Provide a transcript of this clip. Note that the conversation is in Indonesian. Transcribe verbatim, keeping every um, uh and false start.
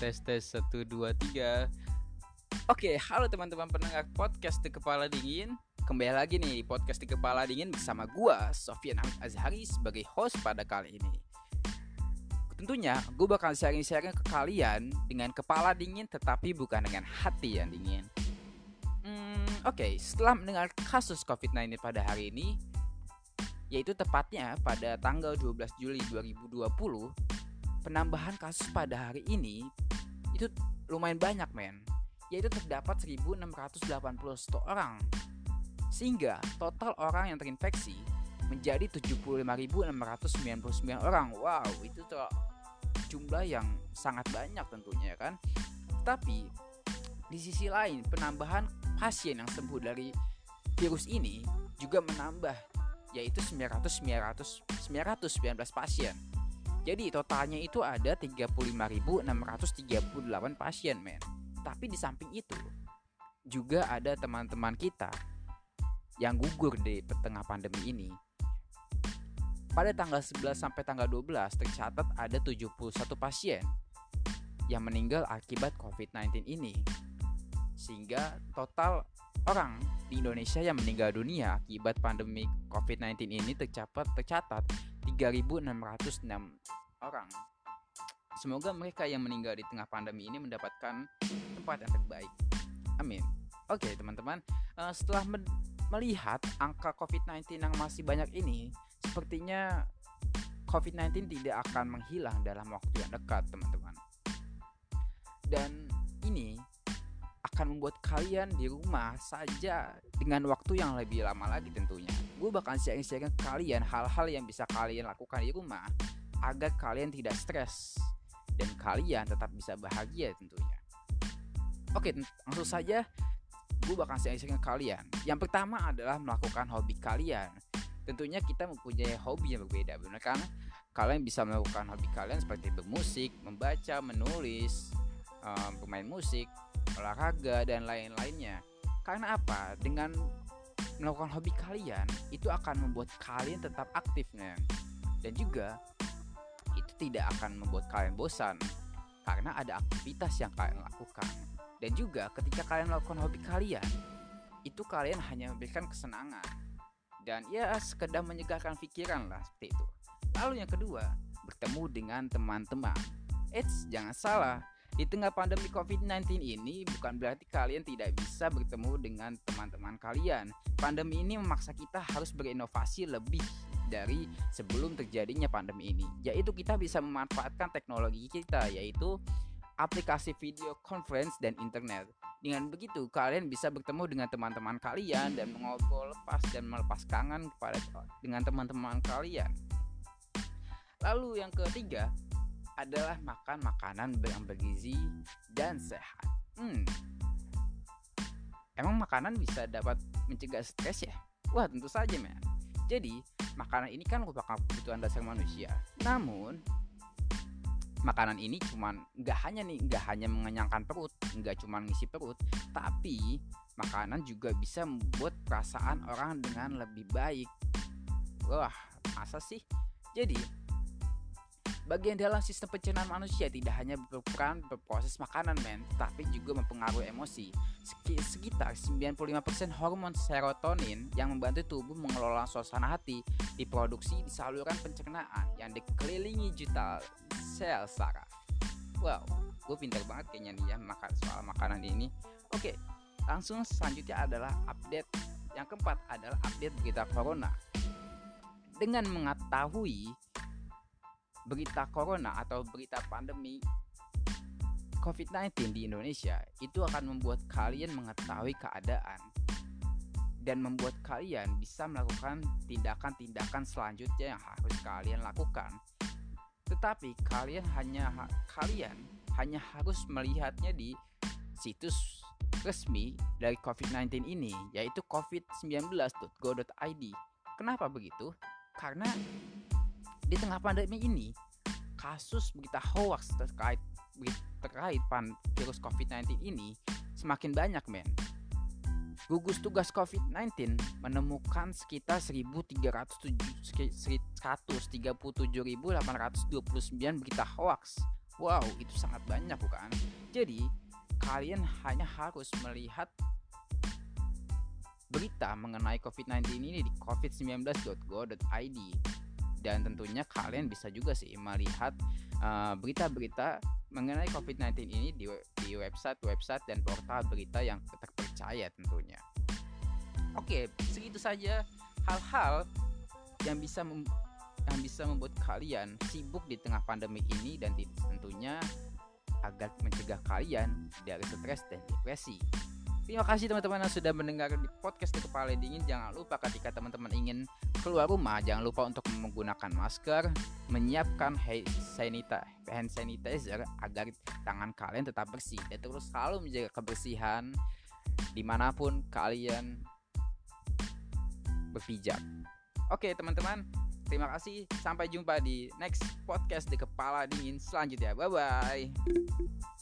tes tes satu dua tiga. Oke, halo teman-teman pendengar podcast Di Kepala Dingin. Kembali lagi nih di podcast Di Kepala Dingin bersama gua Sofyan Hamid Azhari sebagai host pada kali ini. Tentunya gue bakal sharing-sharing ke kalian dengan kepala dingin tetapi bukan dengan hati yang dingin. Hmm, Oke, setelah mendengar kasus covid sembilan belas pada hari ini, yaitu tepatnya pada tanggal dua belas Juli dua ribu dua puluh, penambahan kasus pada hari ini itu lumayan banyak men, yaitu terdapat seribu enam ratus delapan puluh satu orang, sehingga total orang yang terinfeksi menjadi tujuh puluh lima ribu enam ratus sembilan puluh sembilan orang. Wow, itu tuh jumlah yang sangat banyak tentunya kan. Tapi di sisi lain, penambahan pasien yang sembuh dari virus ini juga menambah, yaitu sembilan ratus sembilan belas pasien. Jadi totalnya itu ada tiga puluh lima ribu enam ratus tiga puluh delapan pasien men. Tapi di samping itu juga ada teman-teman kita yang gugur di tengah pandemi ini. Pada tanggal sebelas sampai tanggal dua belas tercatat ada tujuh puluh satu pasien yang meninggal akibat covid sembilan belas ini. Sehingga total orang di Indonesia yang meninggal dunia akibat pandemi covid sembilan belas ini tercatat tercatat tiga ribu enam ratus enam orang. Semoga mereka yang meninggal di tengah pandemi ini mendapatkan tempat yang terbaik. Amin. Oke teman-teman, uh, setelah me- melihat angka covid sembilan belas yang masih banyak ini, sepertinya covid sembilan belas tidak akan menghilang dalam waktu yang dekat teman-teman. Dan ini akan membuat kalian di rumah saja dengan waktu yang lebih lama lagi tentunya. Gue bakal sharing-sharing ke kalian hal-hal yang bisa kalian lakukan di rumah agar kalian tidak stres dan kalian tetap bisa bahagia tentunya. Oke, langsung saja gue bakal sharing-sharing ke kalian. Yang pertama adalah melakukan hobi kalian. Tentunya kita mempunyai hobi yang berbeda, benar kan? Kalian bisa melakukan hobi kalian seperti bermusik, membaca, menulis, um, bermain musik, olahraga dan lain-lainnya. Karena apa? Dengan melakukan hobi kalian itu akan membuat kalian tetap aktif men. Dan juga itu tidak akan membuat kalian bosan karena ada aktivitas yang kalian lakukan. Dan juga ketika kalian melakukan hobi kalian, itu kalian hanya memberikan kesenangan dan ya sekedar menyegarkan pikiran lah seperti itu. Lalu yang kedua, bertemu dengan teman-teman. Eits, jangan salah, di tengah pandemi covid sembilan belas ini bukan berarti kalian tidak bisa bertemu dengan teman-teman kalian. Pandemi ini memaksa kita harus berinovasi lebih dari sebelum terjadinya pandemi ini, yaitu kita bisa memanfaatkan teknologi kita, yaitu aplikasi video conference dan internet. Dengan begitu kalian bisa bertemu dengan teman-teman kalian dan mengobrol lepas dan melepas kangen kepada dengan teman-teman kalian. Lalu yang ketiga adalah makan makanan yang bergizi dan sehat. Hmm. Emang makanan bisa dapat mencegah stres ya? Wah, tentu saja men. Jadi, makanan ini kan merupakan kebutuhan dasar manusia. Namun, makanan ini cuman nggak hanya nih, nggak hanya mengenyangkan perut, nggak cuma ngisi perut, tapi makanan juga bisa membuat perasaan orang dengan lebih baik. Wah, masa sih? Jadi, bagian dalam sistem pencernaan manusia tidak hanya berperan berproses makanan men, tapi juga mempengaruhi emosi. Sekitar sembilan puluh lima persen hormon serotonin yang membantu tubuh mengelola suasana hati diproduksi di saluran pencernaan yang dikelilingi juta sel saraf. Wow, gue pintar banget kayaknya nih ya makan soal makanan ini. Oke, langsung selanjutnya adalah update. Yang keempat adalah update berita corona. Dengan mengetahui berita corona atau berita pandemi covid sembilan belas di Indonesia, itu akan membuat kalian mengetahui keadaan dan membuat kalian bisa melakukan tindakan-tindakan selanjutnya yang harus kalian lakukan. Tetapi kalian hanya kalian hanya harus melihatnya di situs resmi dari covid sembilan belas ini, yaitu covid sembilan belas dot go dot i d. Kenapa begitu? Karena di tengah pandemi ini, kasus berita hoax terkait terkait pan, virus covid sembilan belas ini semakin banyak men. Gugus tugas covid sembilan belas menemukan sekitar seribu tiga ratus tiga puluh tujuh ribu delapan ratus dua puluh sembilan berita hoax Wow, itu sangat banyak bukan? Jadi, kalian hanya harus melihat berita mengenai covid sembilan belas ini di covid sembilan belas dot go dot i d. Dan tentunya kalian bisa juga sih melihat uh, berita-berita mengenai covid sembilan belas ini di, di website-website dan portal berita yang terpercaya tentunya. Oke, segitu saja hal-hal yang bisa mem- yang bisa membuat kalian sibuk di tengah pandemi ini, dan tentunya agar mencegah kalian dari stres dan depresi. Terima kasih teman-teman yang sudah mendengar di podcast di Kepala Dingin. Jangan lupa ketika teman-teman ingin keluar rumah, jangan lupa untuk menggunakan masker, menyiapkan hand sanitizer agar tangan kalian tetap bersih, dan terus selalu menjaga kebersihan dimanapun kalian berpijak. Oke teman-teman, terima kasih. Sampai jumpa di next podcast di Kepala Dingin selanjutnya. Bye-bye.